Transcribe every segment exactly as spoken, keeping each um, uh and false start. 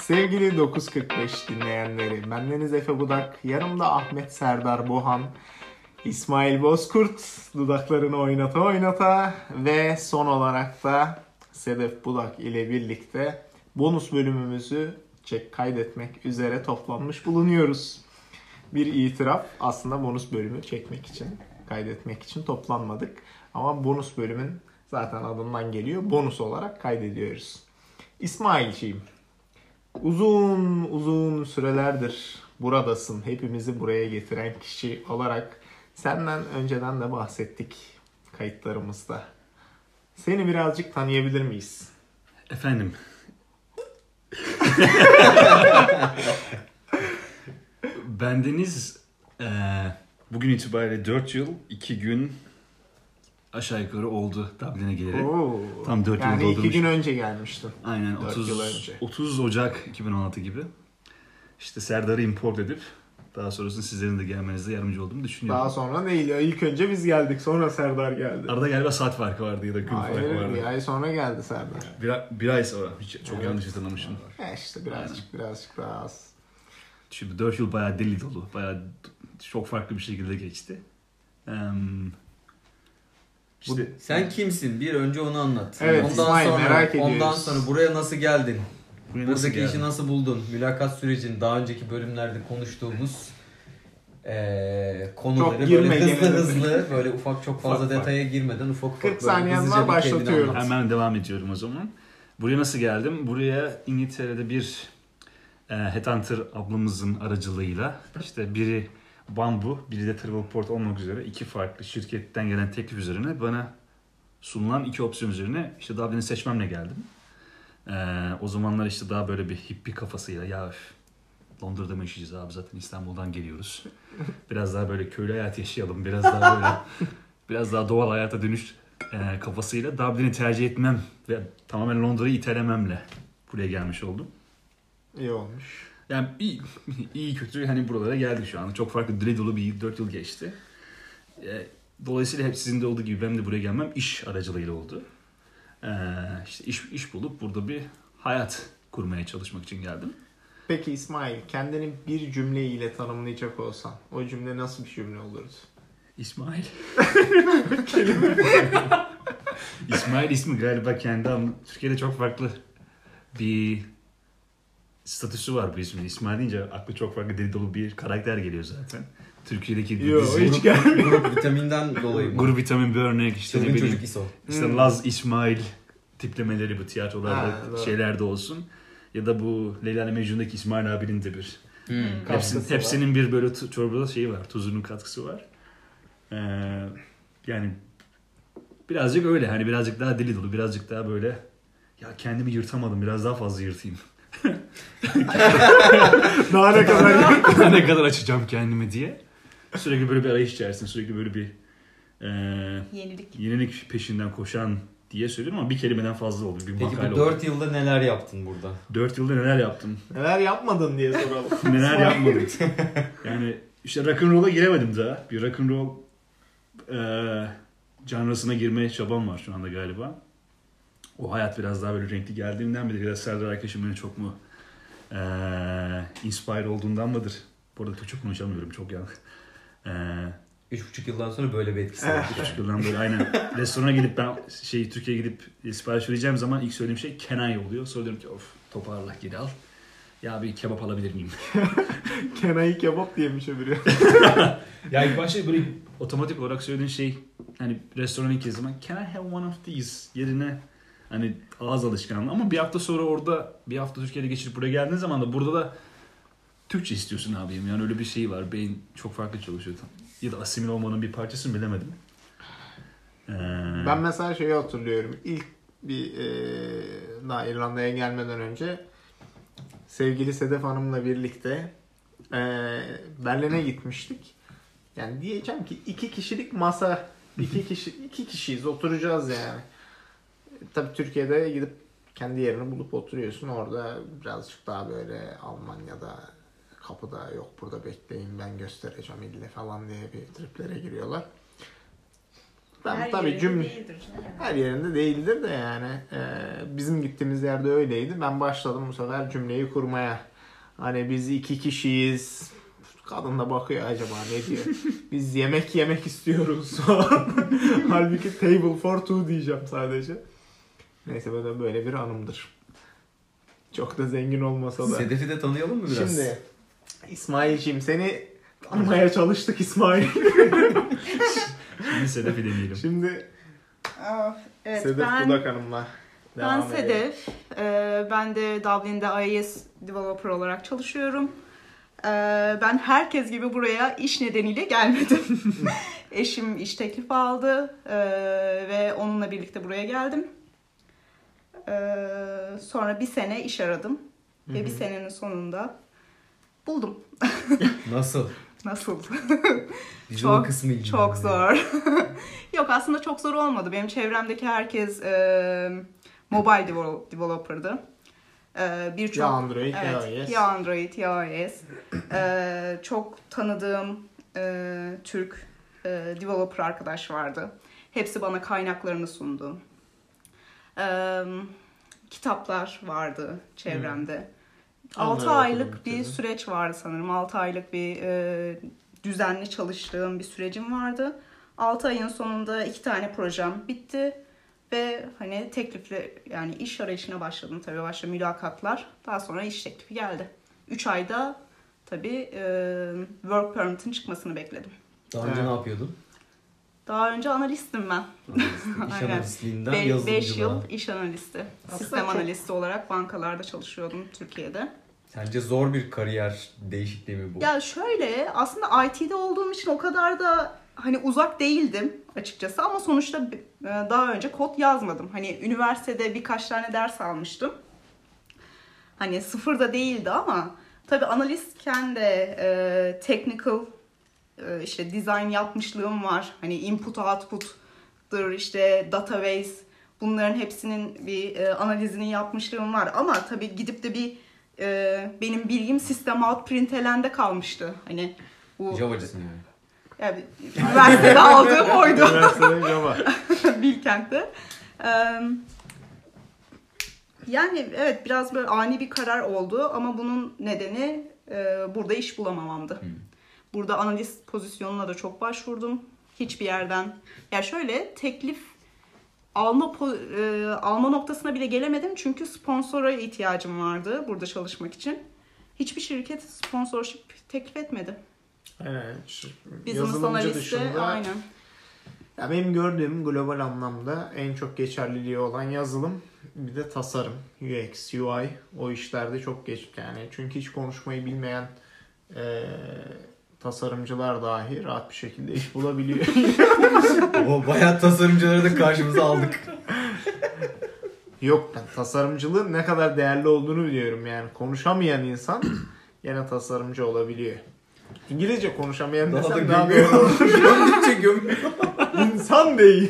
Sevgili dokuz kırk beş dinleyenleri, bendeniz Efe Budak, yanımda Ahmet Serdar Bohan, İsmail Bozkurt, dudaklarını oynata oynata ve son olarak da Sedef Budak ile birlikte bonus bölümümüzü çek kaydetmek üzere toplanmış bulunuyoruz. Bir itiraf, aslında bonus bölümü çekmek için, kaydetmek için toplanmadık. Ama bonus bölümün zaten adından geliyor, bonus olarak kaydediyoruz. İsmailciğim, uzun uzun sürelerdir buradasın. Hepimizi buraya getiren kişi olarak senden önceden de bahsettik kayıtlarımızda. Seni birazcık tanıyabilir miyiz? Efendim. Bendeniz e, bugün itibariyle dört yıl, iki gün aşağı yukarı oldu Dublin'e gelerek. Oo, Tam dört yani yıl doldurmuş. iki gün önce gelmiştin. Aynen otuz, otuz Ocak iki bin on altı gibi. İşte Serdar'ı import edip daha sonrasında sizlerin de gelmenize yardımcı olduğumu düşünüyorum. Daha sonra değil ya. İlk önce biz geldik, sonra Serdar geldi. Arada galiba saat farkı vardı ya da gün Hayır, farkı vardı. bir ay sonra geldi Serdar. Bir, bir ay sonra. Hiç, çok Evet. yanlış hatırlamışım. E işte birazcık Aynen. birazcık daha az. Şimdi dört yıl bayağı deli dolu. Bayağı çok farklı bir şekilde geçti. Um, işte, Sen kimsin? Bir önce onu anlat. Evet, ondan İsmail, sonra, merak ediyoruz. Ondan sonra buraya nasıl geldin? Buraya Buradaki nasıl işi nasıl buldun? Mülakat sürecini daha önceki bölümlerde konuştuğumuz e, konuları böyle hızlı hızlı böyle ufak çok fazla ufak detaya girmeden ufak ufak kırk saniyen var, başlatıyorum. Hemen devam ediyorum o zaman. Buraya nasıl geldim? Buraya İngiltere'de bir e, headhunter ablamızın aracılığıyla işte biri Bamboo, biri de Travelport olmak üzere iki farklı şirketten gelen teklif üzerine bana sunulan iki opsiyon üzerine işte Dublin'i seçmemle geldim. Ee, o zamanlar işte daha böyle bir hippie kafasıyla ya öf, Londra'da mı yaşayacağız abi, zaten İstanbul'dan geliyoruz. Biraz daha böyle köylü hayat yaşayalım, biraz daha böyle biraz daha doğal hayata dönüş e, kafasıyla Dublin'i tercih etmem ve tamamen Londra'yı itelememle buraya gelmiş oldum. İyi olmuş. Yani iyi, iyi kötü hani buralara geldik şu anda. Çok farklı deli dolu bir dört yıl geçti. E, dolayısıyla hep sizin de olduğu gibi benim de buraya gelmem iş aracılığıyla oldu. Ee, işte iş, iş bulup burada bir hayat kurmaya çalışmak için geldim. Peki İsmail, kendini bir cümleyle tanımlayacak olsan, o cümle nasıl bir cümle olurdu? İsmail. İsmail ismi galiba kendi anlamı. Türkiye'de çok farklı bir statüsü var bu ismin. İsmail deyince aklı çok farklı deli dolu bir karakter geliyor zaten. Türkiye'deki Yo, dizi. Hiç gelmiyor. Grup vitaminden dolayı mı? Grup vitamin bir örnek. İşte Çılgın çocuk İso. İşte Hmm. Laz İsmail tiplemeleri bu tiyatrolarda, Ha, şeylerde olsun. Ya da bu Leyla ile Mecnun'daki İsmail abinin de bir Hmm. hepsinin, hepsinin bir böyle t- çorbada şeyi var, tuzunun katkısı var. Ee, yani birazcık öyle, hani birazcık daha deli dolu, birazcık daha böyle ya kendimi yırtamadım, biraz daha fazla yırtayım. Daha ne kadar ne kadar açacağım kendimi diye. Sürekli böyle bir arayış içerisinde, sürekli böyle bir e, Yenilik. yenilik peşinden koşan diye söylüyorum ama bir kelimeden fazla oldu. Bir Peki makale bu oldu. dört yılda neler yaptın burada? dört yılda neler yaptım? Neler yapmadın diye soralım. Neler yapmadım. Yani işte rock'n'roll'a giremedim daha. Bir rock'n'roll e, janrasına girmeye çabam var şu anda galiba. O hayat biraz daha böyle renkli geldiğinden midir? Ya da Serdar arkadaşım beni çok mu e, inspire olduğundan mıdır? Bu arada Türkçe konuşamıyorum çok yanlış. E, Üç buçuk yıldan sonra böyle bir etkisi var. üç buçuk yıldan böyle aynen. Restorana gidip ben şey Türkiye'ye gidip sipariş vereceğim zaman ilk söylediğim şey Kenay oluyor. Sonra diyorum ki of toparla geri al. Ya bir kebap alabilir miyim? Kenay'ı kebap diye mi çeviriyor? Ya ilk başta böyle otomatik olarak söylediğin şey hani restorana ilk zaman can I have one of these yerine hani ağız alışkanlığı ama bir hafta sonra orada bir hafta Türkiye'de geçirip buraya geldiğin zaman da burada da Türkçe istiyorsun abim, yani öyle bir şey var. Beyin çok farklı çalışıyor. Ya da asimil olmanın bir parçası mı bilemedim. Ee... Ben mesela şeyi hatırlıyorum. İlk bir e, daha İrlanda'ya gelmeden önce sevgili Sedef Hanım'la birlikte e, Berlin'e gitmiştik. Yani diyeceğim ki iki kişilik masa, iki kişi iki kişiyiz, oturacağız yani. Tabii Türkiye'de gidip kendi yerini bulup oturuyorsun. Orada birazcık daha böyle Almanya'da kapıda yok burada bekleyin ben göstereceğim ille falan diye bir triplere giriyorlar. Ben her tabii yerinde cümle değildir. Yani. her yerinde değildir de yani e, bizim gittiğimiz yerde öyleydi. Ben başladım bu sefer cümleyi kurmaya. Hani biz iki kişiyiz. Kadın da bakıyor acaba ne diyor. Biz yemek yemek istiyoruz. Halbuki table for two diyeceğim sadece. Neyse böyle böyle bir anımdır. Çok da zengin olmasa da. Sedef'i de tanıyalım mı biraz? Şimdi İsmail'ciğim seni tanımaya çalıştık İsmail. Şimdi Sedef'i deneyelim. Şimdi Aa, evet, Sedef ben, Budak Hanım'la ben devam edelim. Sedef. Ee, ben de Dublin'de I I S developer olarak çalışıyorum. Ee, ben herkes gibi buraya iş nedeniyle gelmedim. Eşim iş teklifi aldı ee, ve onunla birlikte buraya geldim. Ee, sonra bir sene iş aradım ve Hı hı. bir senenin sonunda buldum. Nasıl? Nasıl? Visual Çok, kısmı ilginç. çok zor. Yok aslında çok zor olmadı. Benim çevremdeki herkes e, mobile devel- developer'dı. E, Birçok Ya Android evet, ya iOS. ya Android ya iOS. E, çok tanıdığım e, Türk e, developer arkadaş vardı. Hepsi bana kaynaklarını sundu. E, kitaplar vardı çevremde. altı Onları aylık okudum, bir tabii. süreç vardı sanırım. altı aylık bir e, düzenli çalıştığım bir sürecim vardı. altı ayın sonunda iki tane projem bitti. Ve hani teklifle yani iş arayışına başladım tabii. Başta mülakatlar. Daha sonra iş teklifi geldi. üç ayda tabii e, work permit'in çıkmasını bekledim. Daha önce Evet. ne yapıyordun? Daha önce analistim ben. İş Aynen. analistliğinden beş yazılımcılığa. yıl iş analisti. Aslında Sistem çok- analisti olarak bankalarda çalışıyordum Türkiye'de. Sence zor bir kariyer değişikliği mi bu? Ya şöyle aslında I T'de olduğum için o kadar da hani uzak değildim açıkçası ama sonuçta e, daha önce kod yazmadım. Hani üniversitede birkaç tane ders almıştım. Hani sıfır da değildi ama tabii analistken de e, technical e, işte design yapmışlığım var. Hani input output'dır işte database bunların hepsinin bir e, analizini yapmışlığım var. Ama tabii gidip de bir e, benim bilgim system out println'de kalmıştı. Hani bu Java'cısın yani. yani üniversitede aldığım oydu. Üniversitede Java. Bilkent'te. Ee, yani evet biraz böyle ani bir karar oldu ama bunun nedeni e, burada iş bulamamamdı. Hmm. Burada analist pozisyonuna da çok başvurdum. Hiçbir yerden. Ya şöyle teklif alma po- e, alma noktasına bile gelemedim çünkü sponsora ihtiyacım vardı burada çalışmak için. Hiçbir şirket sponsorship teklif etmedi. Aynen. Şu Business yazılımcı analisti dışında aynen. ya benim gördüğüm global anlamda en çok geçerliliği olan yazılım bir de tasarım, U X, U I o işlerde çok geç yani çünkü hiç konuşmayı bilmeyen e, tasarımcılar dahi rahat bir şekilde iş bulabiliyor. O bayağı tasarımcıları da karşımıza aldık. Yok ben tasarımcılığın ne kadar değerli olduğunu biliyorum yani konuşamayan insan yine tasarımcı olabiliyor. İngilizce konuşamayan Daha da desem daha gömüyor. doğru olur. Gömdükçe gömüyor. İnsan değil.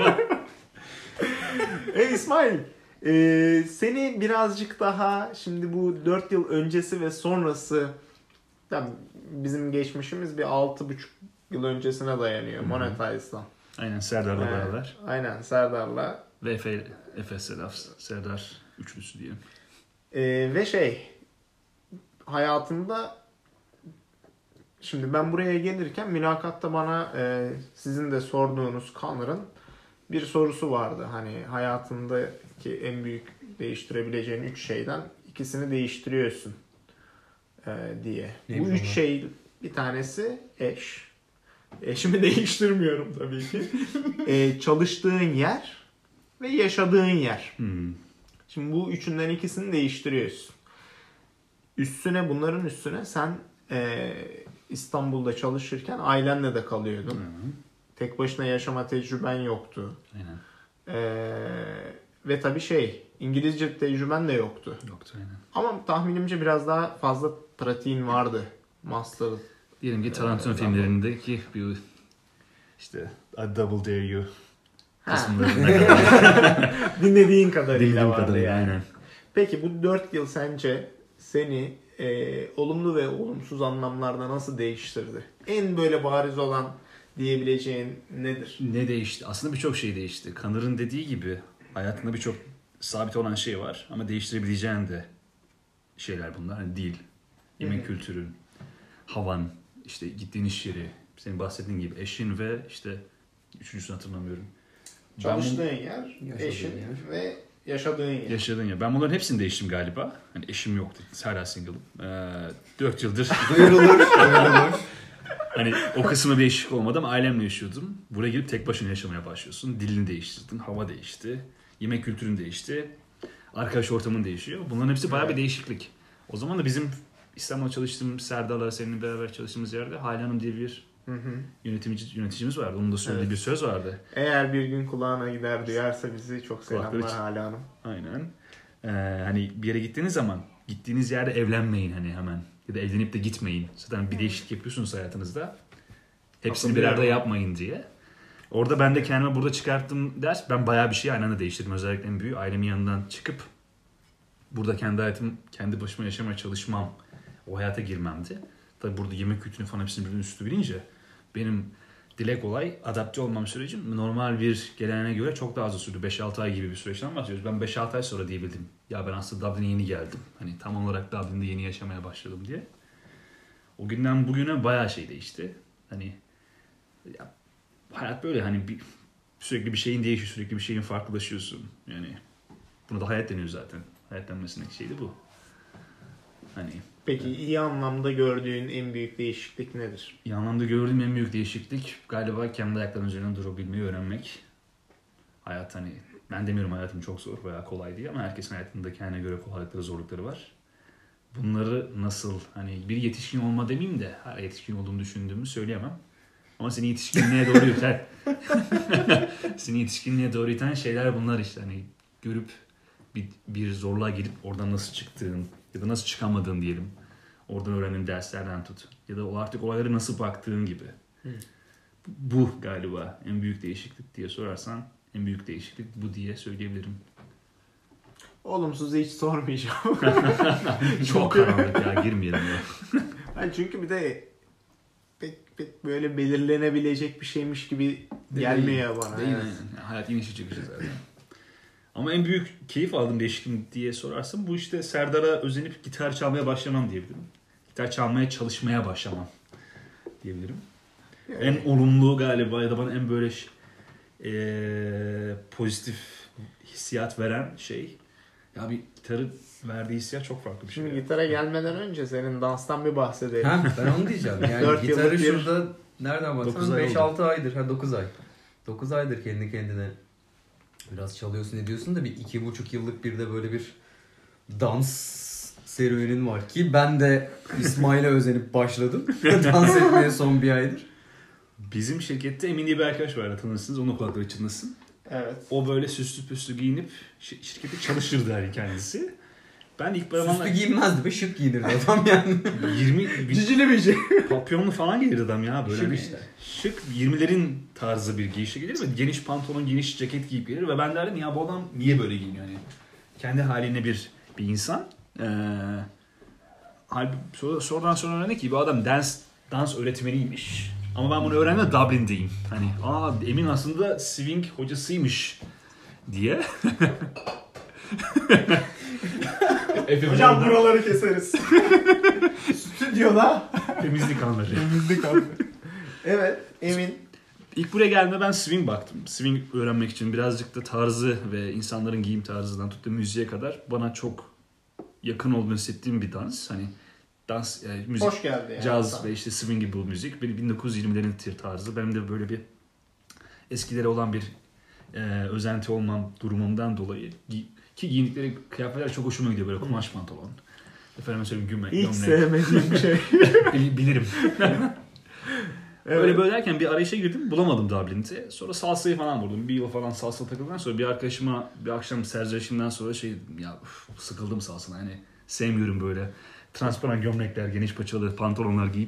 e İsmail, e, seni birazcık daha şimdi bu dört yıl öncesi ve sonrası tam bizim geçmişimiz bir altı buçuk yıl öncesine dayanıyor Hı hı. Monetize'dan. Aynen Serdar'la Ee, beraber. Aynen Serdar'la. Ve Efe, Efe Sedaf, Serdar üçlüsü diyelim. E, ve şey hayatımda şimdi ben buraya gelirken mülakatta bana e, sizin de sorduğunuz Connor'ın bir sorusu vardı. Hani hayatındaki en büyük değiştirebileceğin üç şeyden ikisini değiştiriyorsun e, diye. Neymiş Bu üç onlar? şey bir tanesi eş. Eşimi değiştirmiyorum tabii ki. e, çalıştığın yer ve yaşadığın yer. Hmm. Şimdi bu üçünden ikisini değiştiriyorsun. Üstüne bunların üstüne sen e, İstanbul'da çalışırken ailenle de kalıyordun. Hı. Tek başına yaşama tecrüben yoktu. Aynen. E, ve tabii şey İngilizce tecrüben de yoktu. Yoktu aynen. Ama tahminimce biraz daha fazla pratiğin vardı. Master. Diyelim ki Tarantino Ee, filmlerindeki bir işte I double dare you Ha. kısımlarına kadar. Dinlediğin kadarıyla Bildiğim vardı kadarıyla yani. aynen. Peki bu dört yıl sence seni e, olumlu ve olumsuz anlamlarda nasıl değiştirdi? En böyle bariz olan diyebileceğin nedir? Ne değişti? Aslında birçok şey değişti. Kanır'ın dediği gibi hayatında birçok sabit olan şey var ama değiştirebileceğin de şeyler bunlar. Hani dil, yemek Hı-hı. kültürün, havan, işte gittiğin iş yeri, senin bahsettiğin gibi eşin ve işte üçüncüsünü hatırlamıyorum. Çalıştığın Ben yer, Yaşadığın eşin yer. ve yaşadığın yer. yaşadığın yer. Ben bunların hepsini değiştim galiba. Hani eşim yoktu. Hala single'ım. Ee, dört yıldır Duyurulur. Duyurulur. hani o kısmı değişik olmadı ama ailemle yaşıyordum. Buraya gelip tek başına yaşamaya başlıyorsun. Dilini değiştirdin, hava değişti, yemek kültürün değişti, arkadaş ortamın değişiyor. Bunların hepsi bayağı bir değişiklik. O zaman da bizim İstanbul'da çalıştığım Serdar'la seninle beraber çalıştığımız yerde Hale Hanım diye bir Hı hı. yönetici, yöneticimiz vardı. Onun da söylediği Evet. bir söz vardı. Eğer bir gün kulağına gider duyarsa bizi çok Kulakları selamlar için. Hale Hanım. Aynen. Ee, hani bir yere gittiğiniz zaman gittiğiniz yerde evlenmeyin hani hemen. Ya da evlenip de gitmeyin. Zaten bir değişiklik yapıyorsunuz hayatınızda. Hepsini bir arada yapmayın diye. Orada ben de kendime burada çıkarttım ders. Ben bayağı bir şey aynı anda değiştirdim. Özellikle en büyüğü ailemin yanından çıkıp burada kendi hayatım, kendi başıma yaşamaya çalışmam, o hayata girmemdi. Tabii burada yemek kültürünü falan hepsini birbirinin üstü bilince benim dile kolay adapte olmam sürecim normal bir geleneğe göre çok daha uzun sürdü. beş altı ay gibi bir süreçten bahsediyoruz. Ben beş altı ay sonra diyebildim. Ya ben aslında Dublin'e yeni geldim. Hani tam olarak Dublin'de yeni yaşamaya başladım diye. O günden bugüne bayağı şey değişti. Hani ya, hayat böyle hani bir, sürekli bir şeyin değişiyor, sürekli bir şeyin farklılaşıyorsun. Yani buna da hayat deniyor zaten. Hayat denmesindeki şey de bu. Hani Peki iyi anlamda gördüğün en büyük değişiklik nedir? iyi anlamda gördüğüm en büyük değişiklik galiba kendi ayaklarının üzerine durabilmeyi öğrenmek. Hayat hani ben demiyorum hayatım çok zor veya kolay değil ama herkesin hayatında kendine göre kolaylıkları, zorlukları var. Bunları nasıl hani bir yetişkin olma demeyeyim de her yetişkin olduğumu düşündüğümü söyleyemem. Ama seni yetişkinliğe doğru iten seni yetişkinliğe doğru iten şeyler bunlar işte. Hani görüp bir, bir zorluğa girip oradan nasıl çıktığın ya da nasıl çıkamadığın diyelim. Oradan öğrendiğin derslerden tut. Ya da o artık olaylara nasıl baktığın gibi. Hı. Bu galiba en büyük değişiklik diye sorarsan en büyük değişiklik bu diye söyleyebilirim. Olumsuz hiç sormayacağım. Çok karanlık ya girmeyelim ya. Yani çünkü bir de pek, pek böyle belirlenebilecek bir şeymiş gibi gelmiyor bana. Değil Evet. mi? Yani hayat inişi çıkışı zaten. Ama en büyük keyif aldığım değişiklik diye sorarsan bu işte Serdar'a özenip gitar çalmaya başlamam diyebilirim. Gitar çalmaya çalışmaya başlamam diyebilirim. Yani. En olumlu galiba ya da bana en böyle ee, pozitif hissiyat veren şey ya bir gitarın verdiği hissiyat çok farklı bir şey. Şimdi ya. gitara gelmeden önce senin danstan bir bahsedelim. Ha, ben onu diyeceğim. Yani Dört gitarı yıllık bir- şurada nereden Dokuz baksan ay beş oldu. altı aydır. Ha dokuz ay. dokuz aydır kendi kendine biraz çalıyorsun ediyorsun da bir iki buçuk yıllık bir de böyle bir dans serüvenin var ki ben de İsmail'e özenip başladım. Dans etmeye son bir aydır. Bizim şirkette Emin diye bir arkadaş vardı tanırsınız. Onun kulakları çınlasın. Evet. O böyle süslü püslü giyinip şi- şirkette çalışırdı hani kendisi. Ben ilk Süslü zamanlar giyinmezdi be şık giyinirdi adam yani. yirmi Cicili bir şey. papyonlu falan gelirdi adam ya böyle. Şık Hani işte. Şık yirmilerin tarzı bir giyişe gelir ve geniş pantolon, geniş ceket giyip gelir ve ben derdim ya bu adam niye böyle giyiniyor yani. Kendi haline bir bir insan. Ee, halbuki sonra, sonradan sonra öğrendik ki bu adam dans dans öğretmeniymiş. Ama ben bunu öğrendim Dublin'deyim. Hani aa Emin aslında swing hocasıymış diye. Efe Hocam burada buraları keseriz. Stüdyoda. temizlik anları. Temizlik abi. Evet. Emin. İlk buraya geldiğimde ben swing baktım. Swing öğrenmek için birazcık da tarzı ve insanların giyim tarzından tut da müziğe kadar bana çok yakın olduğunu hissettiğim bir dans. Hani dans, yani müzik, Hoş geldi yani. caz Tamam. ve işte swing gibi bu müzik. Benim bin dokuz yüz yirmilerin tir tarzı. Benim de böyle bir eskilere olan bir e, özenti olmam durumumdan dolayı gi- ki giyindikleri kıyafetler çok hoşuma gidiyor. Böyle kumaş pantolon. Efendim söyleyeyim gömlek. Hiç gömlek. sevmediğim bir şey. Bil- Bilirim. Evet. Öyle böyle derken bir arayışa girdim. Bulamadım Dublin'de. Sonra salsayı falan buldum. Bir yıl falan salsa takıldıktan sonra bir arkadaşıma bir akşam serzenişimden sonra şey ya uf, sıkıldım salsana. Hani sevmiyorum böyle transparan gömlekler, geniş paçalı pantolonlar giyip.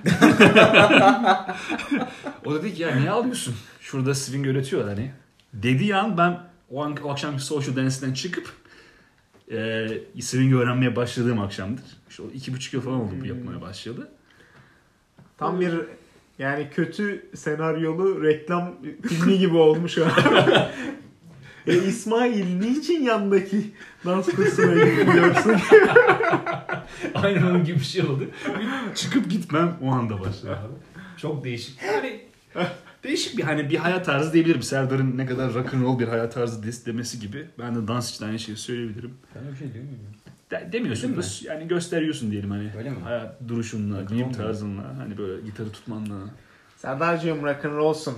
O dedi ki ya niye alıyorsun? Şurada swing öğretiyorlar hani. Dediği an ben o, an, o akşamki social dance'den çıkıp e, swing öğrenmeye başladığım akşamdır. İşte o iki buçuk yıl falan oldu bu yapmaya başladı. Tam bir Yani kötü senaryolu reklam filmi gibi olmuş o. E İsmail niçin yandaki dans kursuna gitmiyorsun? Aynen onun gibi bir şey oldu. Çıkıp gitmem o anda başladı abi. Çok değişik. Yani değişik bir hani bir hayat tarzı diyebilirim. Serdar'ın ne kadar rock'n'roll bir hayat tarzı demesi gibi. Ben de dans için aynı şeyi söyleyebilirim. Ben öyle bir şey diyor muyum? De, demiyorsun da yani gösteriyorsun diyelim hani. Öyle mi? Hayat duruşunla, giyim tarzınla, hani böyle gitarı tutmanla. Serdar'cığım rock'n'rollsun.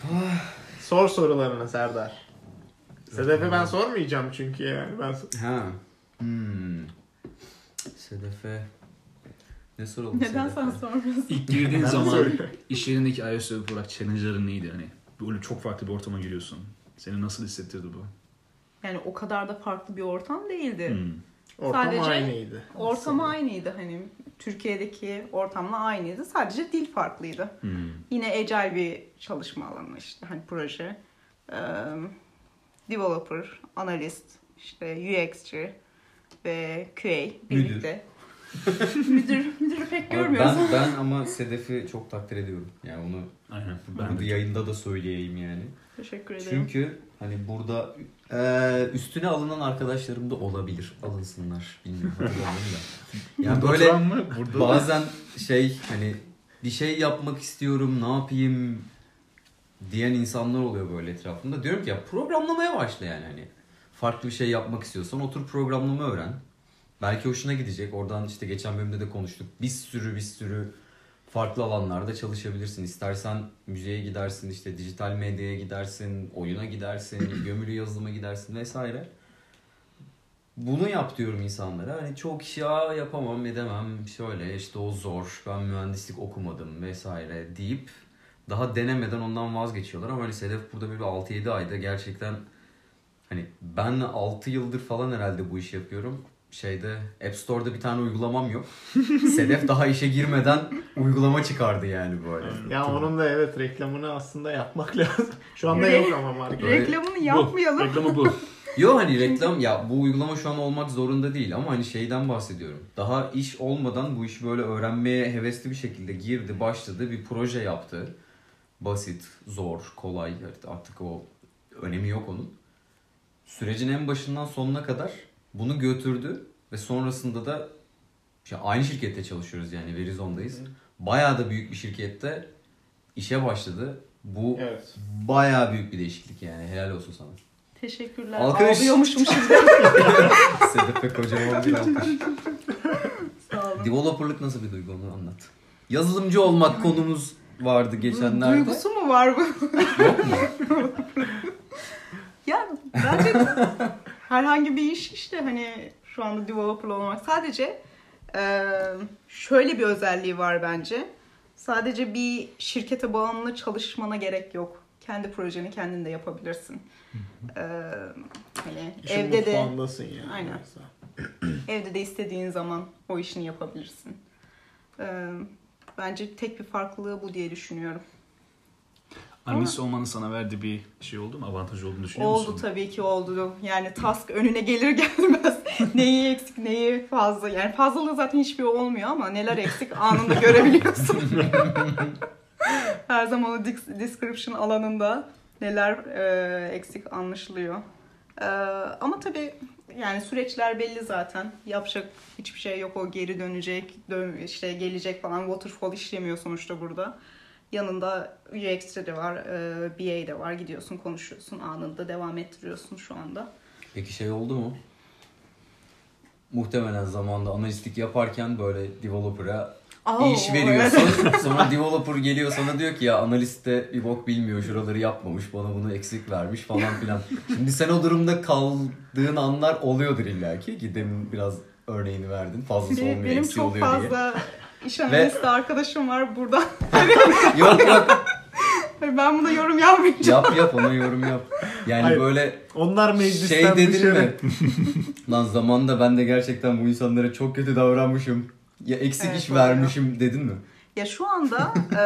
Sor sorularını Serdar. Sedef'e ben sormayacağım çünkü yani. Ben sor- Ha. Hmm. Sedef'e ne soralım Neden Sedef'e? sen sormuyorsun? İlk girdiğin Ben zaman soruyorum. iş yerindeki iOS olarak challenge'ların neydi hani? Böyle çok farklı bir ortama giriyorsun. Seni nasıl hissettirdi bu? Yani o kadar da farklı bir ortam değildi. Hmm. Ortam Sadece aynıydı. Ortam aynıydı hani. Türkiye'deki ortamla aynıydı. Sadece dil farklıydı. Hmm. Yine agile bir çalışma alanı işte hani proje. Ee, developer, analist, işte U X'ci ve Q A birlikte. Müdür. Müdürü pek Abi görmüyoruz. Ben, ben ama Sedef'i çok takdir ediyorum. Yani onu Aynen. ben Ben de de yayında da söyleyeyim yani. Teşekkür ederim. Çünkü hani burada e, üstüne alınan arkadaşlarım da olabilir. Alınsınlar. Bilmiyorum hatırlamıyorum da. Yani Burada böyle oturan mı? Burada bazen şey hani bir şey yapmak istiyorum ne yapayım diyen insanlar oluyor böyle etrafımda. Diyorum ki ya programlamaya başla yani hani. Farklı bir şey yapmak istiyorsan otur programlama öğren. Belki hoşuna gidecek. Oradan işte geçen bölümde de konuştuk. Bir sürü bir sürü farklı alanlarda çalışabilirsin. İstersen müziğe gidersin, işte dijital medyaya gidersin, oyuna gidersin, gömülü yazılıma gidersin vesaire. Bunu yap diyorum insanlara. Hani çok kişi ya yapamam, edemem, şöyle işte o zor, ben mühendislik okumadım vesaire deyip daha denemeden ondan vazgeçiyorlar. Ama hani Sedef burada böyle altı yedi ayda gerçekten hani ben altı yıldır falan herhalde bu işi yapıyorum. Şeyde App Store'da bir tane uygulamam yok. Sedef daha işe girmeden uygulama çıkardı yani böyle. Ya onun da evet reklamını aslında yapmak lazım. Şu anda Re- yok ama marka. Reklamını bu. yapmayalım. Reklamı bu. Yo hani reklam ya bu uygulama şu an olmak zorunda değil ama hani şeyden bahsediyorum. Daha iş olmadan bu işi böyle öğrenmeye hevesli bir şekilde girdi, başladı, bir proje yaptı. Basit, zor, kolay artık o önemi yok onun. Sürecin en başından sonuna kadar bunu götürdü ve sonrasında da işte aynı şirkette çalışıyoruz yani Verizone'dayız. Bayağı da büyük bir şirkette işe başladı. Bu Evet. bayağı büyük bir değişiklik yani. Helal olsun sana. Teşekkürler. Alkış. Ağlıyormuşum şimdi. Sedef'e kocaman bir alkış. Sağ olun. Developerlık nasıl bir duygu onu anlat. Yazılımcı olmak konumuz vardı geçenlerde. Duygusu mu var bu? Yok mu? Ya bence herhangi bir iş işte hani şu anda developer olmak sadece e, şöyle bir özelliği var bence. Sadece bir şirkete bağımlı çalışmana gerek yok. Kendi projeni kendin de yapabilirsin. E, hani İşin evde de mutfağındasın yani. Aynen. evde de istediğin zaman o işini yapabilirsin. E, bence tek bir farklılığı bu diye düşünüyorum. Annesi olmanın sana verdiği bir şey oldu mu? Avantaj olduğunu düşünüyor Oldu musun? tabii ki oldu. Yani task önüne gelir gelmez neyi eksik neyi fazla. Yani fazlalığı zaten hiçbir olmuyor ama neler eksik anında görebiliyorsun. Her zaman o description alanında neler e, eksik anlaşılıyor. E, ama tabii yani süreçler belli zaten. Yapacak hiçbir şey yok. O geri dönecek, dön, işte gelecek falan. Waterfall işlemiyor sonuçta burada. Yanında U X'de de var, B A de var. Gidiyorsun, konuşuyorsun, anında devam ettiriyorsun şu anda. Peki şey oldu mu? Muhtemelen zamanda analistlik yaparken böyle developer'a Oh, iş veriyorsun. Sonra developer geliyor sana diyor ki ya analist de bir bok bilmiyor, şuraları yapmamış, bana bunu eksik vermiş falan filan. Şimdi sen o durumda kaldığın anlar oluyordur illaki ki demin biraz örneğini verdin. Fazlası olmuyor, Benim eksiği çok oluyor diye. fazla iş analisti arkadaşım var burada. Yok yok. Ben buna yorum yapmayacağım. Yap yap ona yorum yap. Yani Hayır, böyle onlar meclisten şey dedin dışarı. mi? Lan zamanında ben de gerçekten bu insanlara çok kötü davranmışım. Ya eksik Evet, iş oluyor. vermişim dedin mi? Ya şu anda e,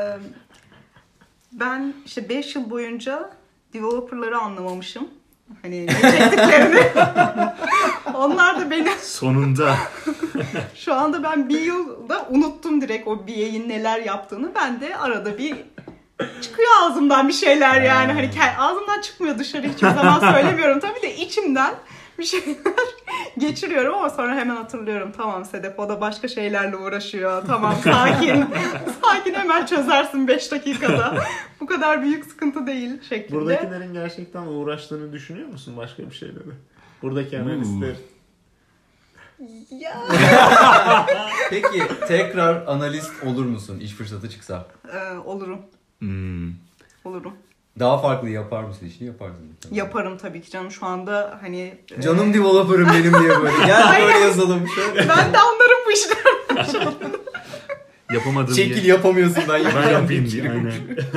ben işte beş yıl boyunca developerları anlamamışım. Hani ne çektiklerini. Onlar da beni Sonunda Şu anda ben bir yılda unuttum direkt o biyeyin neler yaptığını. Ben de arada bir çıkıyor ağzımdan bir şeyler yani. Hani ke- ağzımdan çıkmıyor, dışarı hiçbir zaman söylemiyorum. Tabii de içimden bir şeyler geçiriyorum ama sonra hemen hatırlıyorum. Tamam Sedef, o da başka şeylerle uğraşıyor. Tamam sakin. Sakin, hemen çözersin beş dakikada. Bu kadar büyük sıkıntı değil şeklinde. Buradakilerin gerçekten uğraştığını düşünüyor musun başka bir şeyleri? Buradaki analistler. Ya. Peki tekrar analist olur musun iş fırsatı çıksa? Ee, olurum. Hmm. Olurum. Daha farklı yapar mısın işini, yaparsın. Yaparım tabii ki canım. Şu anda hani... Canım e... developer'ım benim diye böyle. Gel böyle yazalım şöyle. Ben de anlarım bu işlerden. Yapamadığım Çekil diye. yapamıyorsun ben Ben yapacağım. yapayım diye. Aynen.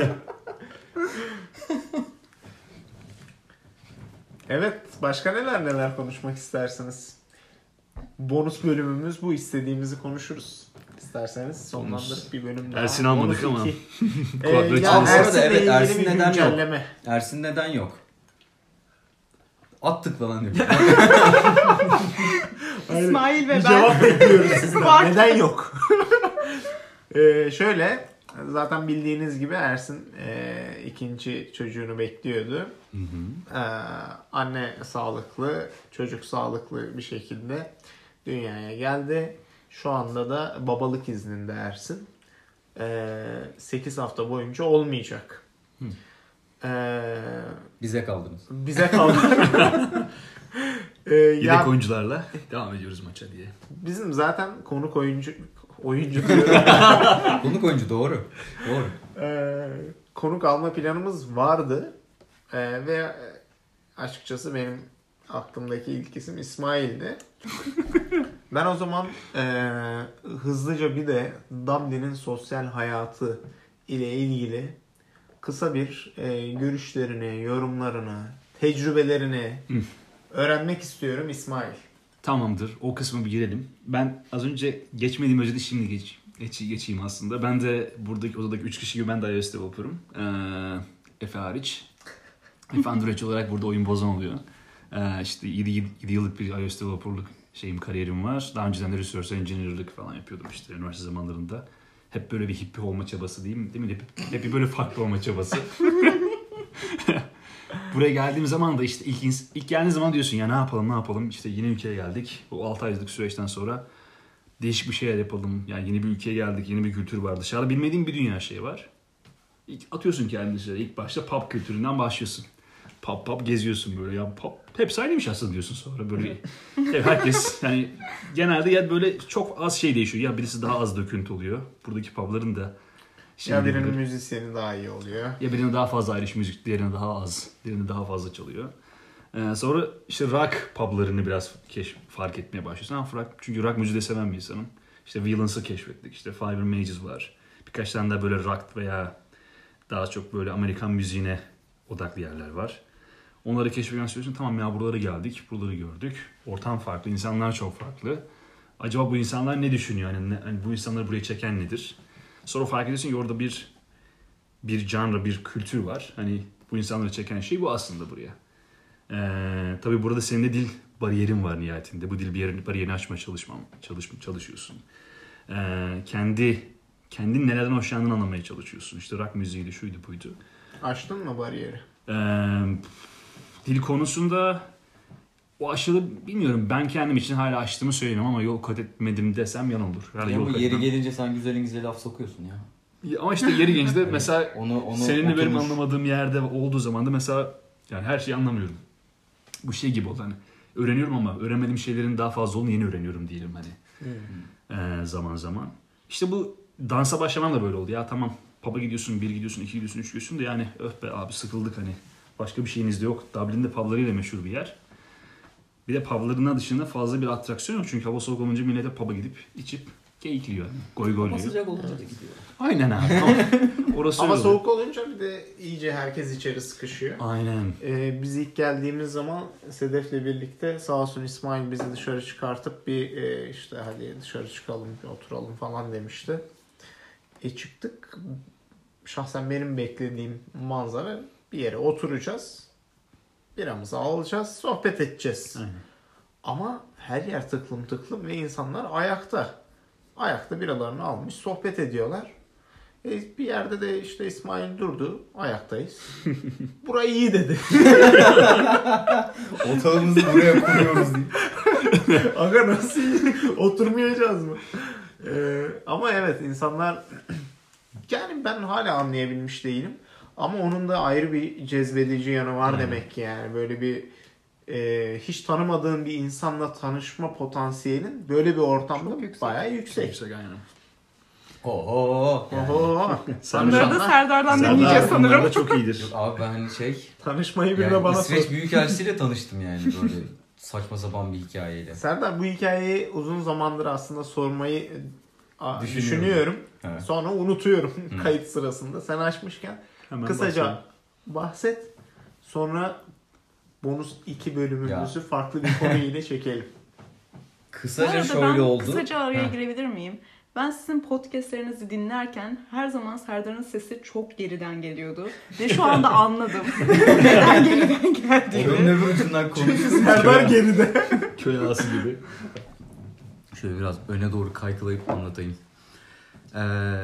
Evet, başka neler neler konuşmak istersiniz? Bonus bölümümüz bu. İstediğimizi konuşuruz. İsterseniz sonlandırıp bir bölüm daha. Ersin almadık Bonus ama. iki. Kulaklığı Ee, ya çalsın. Ersin'le Evet, ilgili Ersin bir neden yok? güncelleme. Ersin neden yok? Attık falan diyor. İsmail ve Bir ben... cevap bekliyoruz sizden. Var. Neden yok? ee, şöyle, zaten bildiğiniz gibi Ersin e, ikinci çocuğunu bekliyordu. Hı hı. Ee, anne sağlıklı, çocuk sağlıklı bir şekilde dünyaya geldi. Şu anda da babalık izninde Ersin. Ee, sekiz hafta boyunca olmayacak. Hı. Ee, Bize kaldınız. bize kaldı. ee, Yedek ya, oyuncularla devam ediyoruz maça diye. bizim zaten konuk oyuncu oyuncu diyorum. Konuk oyuncu doğru. Doğru. Ee, konuk alma planımız vardı. Ee, ve açıkçası benim aklımdaki ilk isim İsmail'di. Ben o zaman e, hızlıca bir de Dublin'in sosyal hayatı ile ilgili kısa bir e, görüşlerini, yorumlarını, tecrübelerini öğrenmek istiyorum İsmail. Tamamdır. O kısmı bir girelim. Ben az önce geçmediğim önce de şimdi geç, geç, geçeyim aslında. Ben de buradaki odadaki üç kişi gibi ben de iOS developer'ım. Ee, Efe hariç. Efe Android olarak burada oyun bozan oluyor. Ee, işte yedi yıllık bir iOS developer'lık şeyim, kariyerim var. Daha önceden de research engineer'lık falan yapıyordum işte üniversite zamanlarında. Hep böyle bir hippie olma çabası diyeyim, değil mi? Hep, hep bir böyle farklı olma çabası. Buraya geldiğim zaman da işte ilk, ilk geldiğin zaman diyorsun ya ne yapalım ne yapalım. İşte yeni ülkeye geldik. O altı aylık süreçten sonra değişik bir şeyler yapalım. Yani yeni bir ülkeye geldik, yeni bir kültür var. Dışarıda bilmediğin bir dünya şey var. İlk atıyorsun kendini dışarı. İlk başta pub kültüründen başlıyorsun. Pub pub geziyorsun böyle ya pub. Hepsi aynıymış aslında diyorsun sonra böyle. Evet, herkes yani genelde ya böyle çok az şey değişiyor. Ya birisi daha az döküntü oluyor. Buradaki pubların da Ya birinin müzisyeni daha iyi oluyor. ya birine daha fazla Irish müzik, diğerine daha az, diğerine daha fazla çalıyor. Ee, sonra işte rock publarını biraz keşf fark etmeye başlıyorsun. Ha, rock, çünkü rock müziği de seven bir insanım. İşte Villans'ı keşfettik. İşte Five Mages var. Birkaç tane daha böyle rock veya daha çok böyle Amerikan müziğine odaklı yerler var. Onları keşfetmeye başlıyorsun. Tamam ya buralara geldik, buraları gördük. Ortam farklı, insanlar çok farklı. Acaba bu insanlar ne düşünüyor? Yani, ne, hani bu insanları buraya çeken nedir? Sonra fark ediyorsun ki orada bir bir genre, bir kültür var. Hani bu insanları çeken şey bu aslında buraya. Ee, tabii burada senin de dil bariyerin var nihayetinde. Bu dil bir yerin bariyerini açmaya çalışmam, çalışma, çalışıyorsun. Ee, kendi kendin nelerden hoşlandığını anlamaya çalışıyorsun. İşte rock müziğiydi, şuydu buydu. Aştın mı bariyeri? Ee, dil konusunda o aşılı bilmiyorum. Ben kendim için hala aştığımı söyleyemem ama yol kat etmedim desem yalan olur. Ya yol ama kat yeri etmem. gelince sen güzel İngilizce laf sokuyorsun ya. Ya ama işte yeri gelince de mesela Onu, onu seninle benim oturmuş. anlamadığım yerde olduğu zaman da mesela yani her şeyi anlamıyorum. Bu şey gibi oldu hani öğreniyorum ama öğrenmediğim şeylerin daha fazla olduğunu yeni öğreniyorum diyelim hani ee, zaman zaman. İşte bu dansa başlamam da böyle oldu ya tamam pub'a gidiyorsun bir gidiyorsun iki gidiyorsun üç gidiyorsun da yani öf be abi sıkıldık hani başka bir şeyiniz de yok. Dublin'de pub'larıyla meşhur bir yer. Bir de pub'larının dışında fazla bir atraksiyon yok çünkü hava soğuk olunca millet de pub'a gidip içip keyifliyor yani. Goy goy Ama diyor. sıcak olunca da gidiyor. Aynen abi. Tamam. Orası Ama öyle. soğuk olunca bir de iyice herkes içeri sıkışıyor. Aynen. Ee, biz ilk geldiğimiz zaman Sedef'le birlikte sağ olsun İsmail bizi dışarı çıkartıp bir e, işte hadi dışarı çıkalım bir oturalım falan demişti. E çıktık. Şahsen benim beklediğim manzara bir yere oturacağız. Biramızı alacağız. Sohbet edeceğiz. Aynen. Ama her yer tıklım tıklım ve insanlar ayakta. Ayakta biralarını almış sohbet ediyorlar. E, bir yerde de işte İsmail durdu. Ayaktayız. Burayı iyi dedi. Otağımızı buraya kuruyoruz diye. Aga nasıl iyi? Oturmayacağız mı? Ee, ama evet insanlar yani ben hala anlayabilmiş değilim. Ama onun da ayrı bir cezbedici yanı var hmm. demek ki yani. Böyle bir e, hiç tanımadığın bir insanla tanışma potansiyelin böyle bir ortamda yüksek. Bayağı yüksek. Yüksek aynen. Oho. Yani. Oho. Bunları da Serdar'dan dinleyeceğiz sanırım. Bunlar da çok iyidir. Yok abi ben şey... Tanışmayı bir yani de bana sor. İsveç Büyükelçisiyle tanıştım yani böyle saçma sapan bir hikayeyle. Serdar bu hikayeyi uzun zamandır aslında sormayı a, düşünüyorum. düşünüyorum. Evet. Sonra unutuyorum Hı. kayıt sırasında. Sen açmışken Hemen kısaca bahsedeyim. bahset. Sonra bonus iki bölümümüzü Ya. farklı bir konu ile çekelim. Kısaca Bu arada şöyle ben oldu. Kısaca araya Heh. girebilir miyim? Ben sizin podcastlerinizi dinlerken her zaman Serdar'ın sesi çok geriden geliyordu. Ve şu anda anladım neden geriden geldiğini. Köyün öbür ucundan konuşuyoruz. Serdar geride. Köy ağası gibi. Şöyle biraz öne doğru kaykılayıp anlatayım. Ee,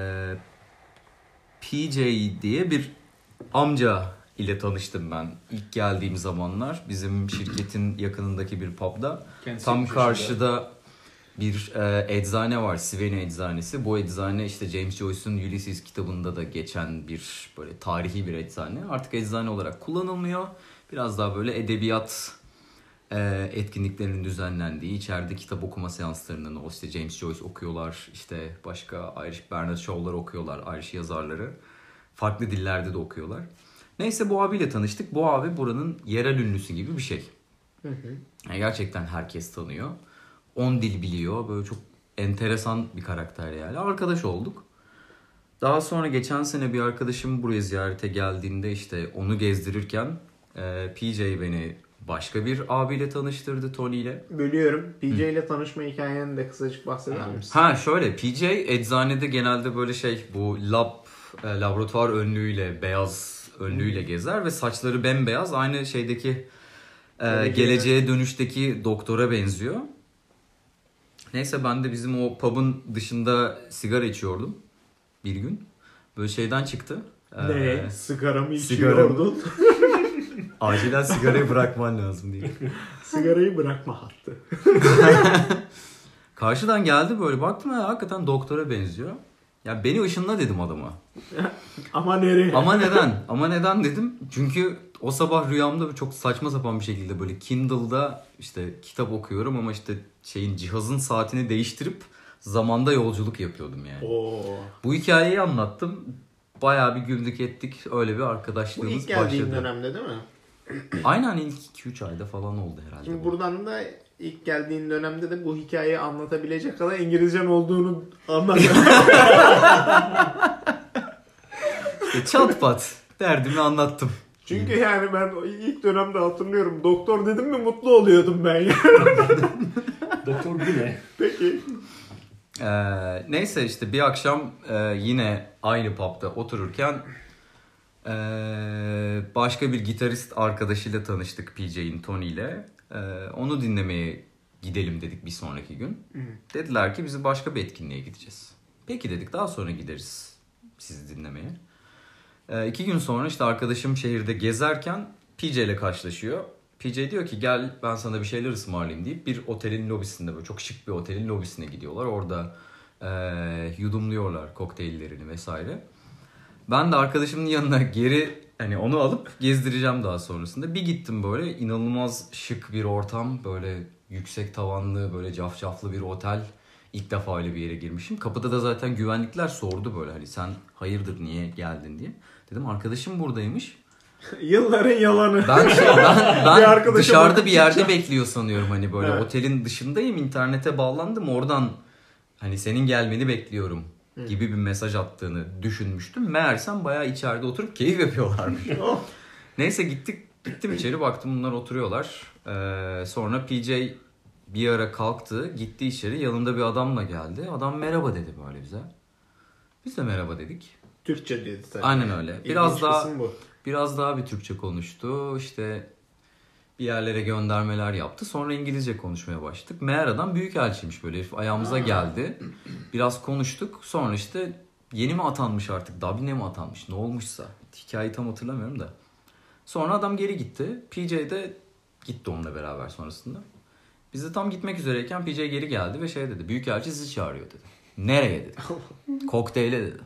P J diye bir amca ile tanıştım ben ilk geldiğim zamanlar. Bizim şirketin yakınındaki bir pub'da. Kendisi Tam yetmiş yaşında. karşıda bir e, eczane var. Siveni eczanesi. Bu eczane işte James Joyce'un Ulysses kitabında da geçen bir böyle tarihi bir eczane. Artık eczane olarak kullanılmıyor. Biraz daha böyle edebiyat e, etkinliklerinin düzenlendiği, içeride kitap okuma seanslarının, o işte James Joyce okuyorlar, işte başka Irish Bernard Shaw'lar okuyorlar, Irish yazarları. Farklı dillerde de okuyorlar. Neyse bu abiyle tanıştık. Bu abi buranın yerel ünlüsü gibi bir şey. Hı hı. Yani gerçekten herkes tanıyor. on dil biliyor. Böyle çok enteresan bir karakter yani. Arkadaş olduk. Daha sonra geçen sene bir arkadaşım buraya ziyarete geldiğinde işte onu gezdirirken e, P J beni başka bir abiyle tanıştırdı, Tony ile. Bölüyorum. P J ile tanışma hikayeni de kısacık bahseder misin? Ha şöyle, P J eczanede genelde böyle şey bu lab e, laboratuvar önlüğüyle, beyaz önlüğüyle gezer ve saçları bembeyaz, aynı şeydeki e, Geleceğe. geleceğe dönüşteki doktora benziyor. Neyse ben de bizim o pub'ın dışında sigara içiyordum bir gün. Böyle şeyden çıktı. Ne? Ee, Sigara mı sigara mı? içiyordun? Acilen sigarayı bırakman lazım diye. Sigarayı bırakma hattı. Karşıdan geldi böyle, baktım ya hakikaten doktora benziyor. Ya beni ışınla dedim adama. Ama nereye? Ama neden? Ama neden dedim? Çünkü o sabah rüyamda çok saçma sapan bir şekilde böyle Kindle'da işte kitap okuyorum ama işte şeyin cihazın saatini değiştirip zamanda yolculuk yapıyordum yani. Oo. Bu hikayeyi anlattım. Bayağı bir güldük ettik. Öyle bir Bu arkadaşlığımız ilk geldiğin başladı. dönemde değil mi? Aynen ilk iki üç ayda falan oldu herhalde. Şimdi bu. buradan da ilk geldiğin dönemde de bu hikayeyi anlatabilecek kadar İngilizcen olduğunu anlat. İşte çat pat derdimi anlattım. Çünkü yani ben o ilk dönemde hatırlıyorum. Doktor dedim mi mutlu oluyordum ben ya. Doktor bu ne? Peki. Ee, neyse işte bir akşam e, yine aynı pub'da otururken e, başka bir gitarist arkadaşıyla tanıştık, P J'in, Tony ile. E, onu dinlemeye gidelim dedik bir sonraki gün. Hı. Dediler ki biz başka bir etkinliğe gideceğiz. Peki dedik, daha sonra gideriz sizi dinlemeye. E, iki gün sonra işte arkadaşım şehirde gezerken P J ile karşılaşıyor. P J diyor ki gel ben sana bir şeyler ısmarlayayım deyip bir otelin lobisinde, böyle çok şık bir otelin lobisine gidiyorlar. Orada e, yudumluyorlar kokteyllerini vesaire. Ben de arkadaşımın yanına geri hani onu alıp gezdireceğim daha sonrasında. Bir gittim, böyle inanılmaz şık bir ortam, böyle yüksek tavanlı, böyle cafcaflı bir otel. İlk defa öyle bir yere girmişim. Kapıda da zaten güvenlikler sordu böyle hani sen hayırdır niye geldin diye. Dedim arkadaşım buradaymış. Yılların yalanı. Ben şey, ben, ben Bir arkadaşa dışarıda bakıp bir yerde çıkacağım. bekliyor sanıyorum hani böyle Evet. otelin dışındayım, internete bağlandım, oradan hani senin gelmeni bekliyorum gibi bir mesaj attığını düşünmüştüm. Meğersem bayağı içeride oturup keyif yapıyorlarmış. Oh. Neyse gittik gittim içeri, baktım bunlar oturuyorlar. Ee, sonra P J bir ara kalktı, gitti içeri, yanında bir adamla geldi. Adam merhaba dedi böyle bize. Biz de merhaba dedik. Türkçe dedi tabii. Aynen öyle. İlginç Biraz daha kısım bu. Biraz daha bir Türkçe konuştu. İşte bir yerlere göndermeler yaptı. Sonra İngilizce konuşmaya başladık. Meğer adam büyükelçiymiş böyle. Herif ayağımıza geldi. Biraz konuştuk. Sonra işte yeni mi atanmış artık? Dublin'e mi atanmış? Ne olmuşsa. Hikayeyi tam hatırlamıyorum da. Sonra adam geri gitti. P J de gitti onunla beraber sonrasında. Biz de tam gitmek üzereyken P J geri geldi ve şey dedi. Büyükelçi sizi çağırıyor dedi. Nereye dedi. Kokteyle dedi.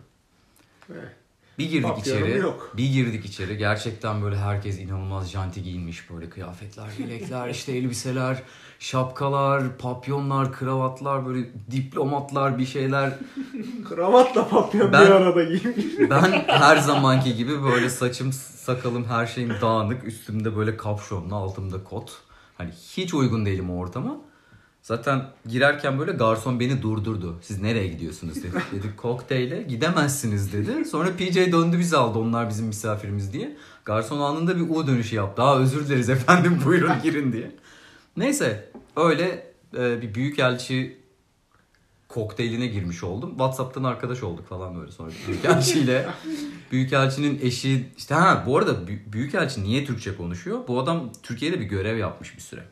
Bir girdik Papyonum içeri. yok. Bir girdik içeri. Gerçekten böyle herkes inanılmaz janti giyinmiş. Böyle kıyafetler, yelekler, işte elbiseler, şapkalar, papyonlar, kravatlar, böyle diplomatlar, bir şeyler. Kravatla papyon Ben- bir arada giymiş. Ben her zamanki gibi böyle saçım, sakalım, her şeyim dağınık. Üstümde böyle kapşonlu, altımda kot. Hani hiç uygun değilim o ortama. Zaten girerken böyle garson beni durdurdu. Siz nereye gidiyorsunuz dedi. Dedik kokteyle gidemezsiniz dedi. Sonra P J döndü bizi aldı. Onlar bizim misafirimiz diye. Garson anında bir U dönüşü yaptı. Aa özür dileriz efendim buyurun girin diye. Neyse öyle e, bir büyükelçi kokteyline girmiş oldum. WhatsApp'tan arkadaş olduk falan böyle sonra büyükelçiyle. Büyükelçinin eşi işte ha bu arada Bü- büyükelçi niye Türkçe konuşuyor? Bu adam Türkiye'de bir görev yapmış bir süre.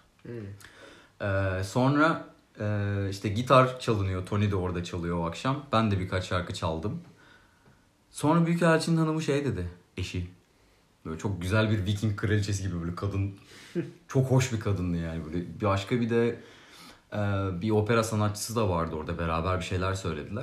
Ee, sonra e, işte gitar çalınıyor. Tony de orada çalıyor o akşam. Ben de birkaç şarkı çaldım. Sonra Büyükelçinin hanımı şey dedi. Eşi. Böyle çok güzel bir Viking kraliçesi gibi böyle kadın. Çok hoş bir kadındı yani. Böyle başka bir de e, bir opera sanatçısı da vardı orada. Beraber bir şeyler söylediler.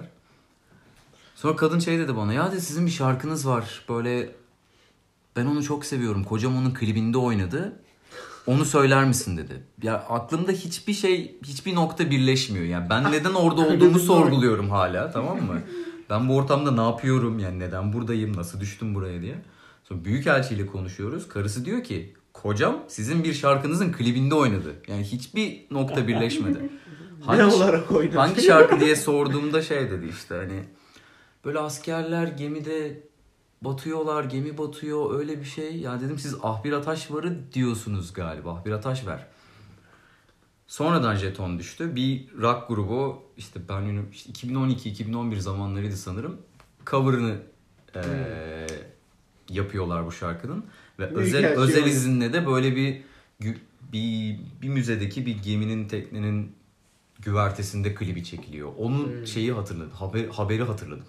Sonra kadın şey dedi bana. Ya dedi sizin bir şarkınız var. Böyle ben onu çok seviyorum. Kocam onun klibinde oynadı. Onu söyler misin dedi. Ya aklımda hiçbir şey, hiçbir nokta birleşmiyor. Yani ben neden orada olduğumu sorguluyorum hala, tamam mı? Ben bu ortamda ne yapıyorum? Yani neden buradayım? Nasıl düştüm buraya diye. Sonra Büyükelçiyle konuşuyoruz. Karısı diyor ki, kocam sizin bir şarkınızın klibinde oynadı. Yani hiçbir nokta birleşmedi. Ne olarak oynadı? Hangi şarkı diye sorduğumda şey dedi işte hani böyle askerler gemide batıyorlar, gemi batıyor öyle bir şey. Ya dedim siz Ahbir Ataşvar'ı diyorsunuz galiba. Ahbir Ataşver. Sonradan jeton düştü. Bir rock grubu işte ben işte iki bin on iki iki bin on bir zamanlarıydı sanırım. Cover'ını eee, yapıyorlar bu şarkının. Ve Büyük özel gerçek özel oldu. izinle de böyle bir gü- bir bir müzedeki bir geminin teknenin güvertesinde klibi çekiliyor. Onun Hmm. şeyi hatırladım. Haber, haberi hatırladım.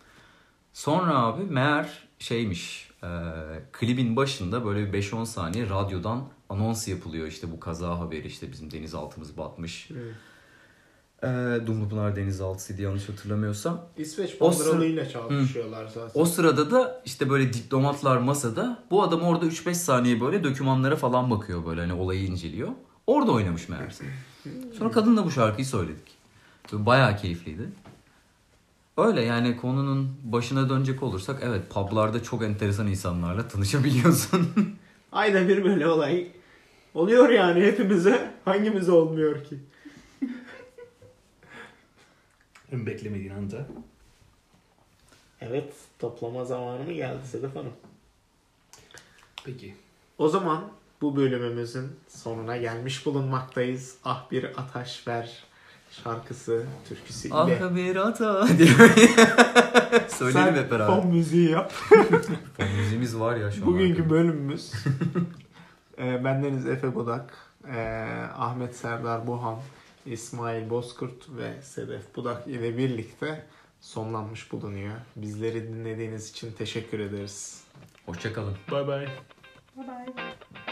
Sonra abi meğer şeymiş e, klibin başında böyle bir beş on saniye radyodan anons yapılıyor. İşte bu kaza haberi işte bizim denizaltımız batmış. E, Dumlupınar denizaltısıydı yanlış hatırlamıyorsam. İsveç O sıra- bandıralıyla çalışıyorlar zaten. O sırada da işte böyle diplomatlar masada bu adam orada üç beş saniye böyle dokümanlara falan bakıyor böyle hani olayı inceliyor. Orada oynamış meğerse. Sonra kadınla bu şarkıyı söyledik. Böyle bayağı keyifliydi. Öyle yani konunun başına dönecek olursak evet publarda çok enteresan insanlarla tanışabiliyorsun. Ayda bir böyle olay oluyor yani hepimize. Hangimize olmuyor ki? Beklemediğin anda. Evet, toplama zamanı mı geldi Sedef Hanım? Peki. O zaman bu bölümümüzün sonuna gelmiş bulunmaktayız. Ah bir ataş ver şarkısı, türküsü ile. Ah bir ata diye. Söyleyelim hep beraber. fon müziği yap. Fon müziğimiz var ya şu an. Bugünkü arkada. bölümümüz e, bendeniz Efe Budak, e, Ahmet Serdar Bohan, İsmail Bozkurt ve Sedef Budak ile birlikte sonlanmış bulunuyor. Bizleri dinlediğiniz için teşekkür ederiz. Hoşça kalın. Bay bay. Bye bye.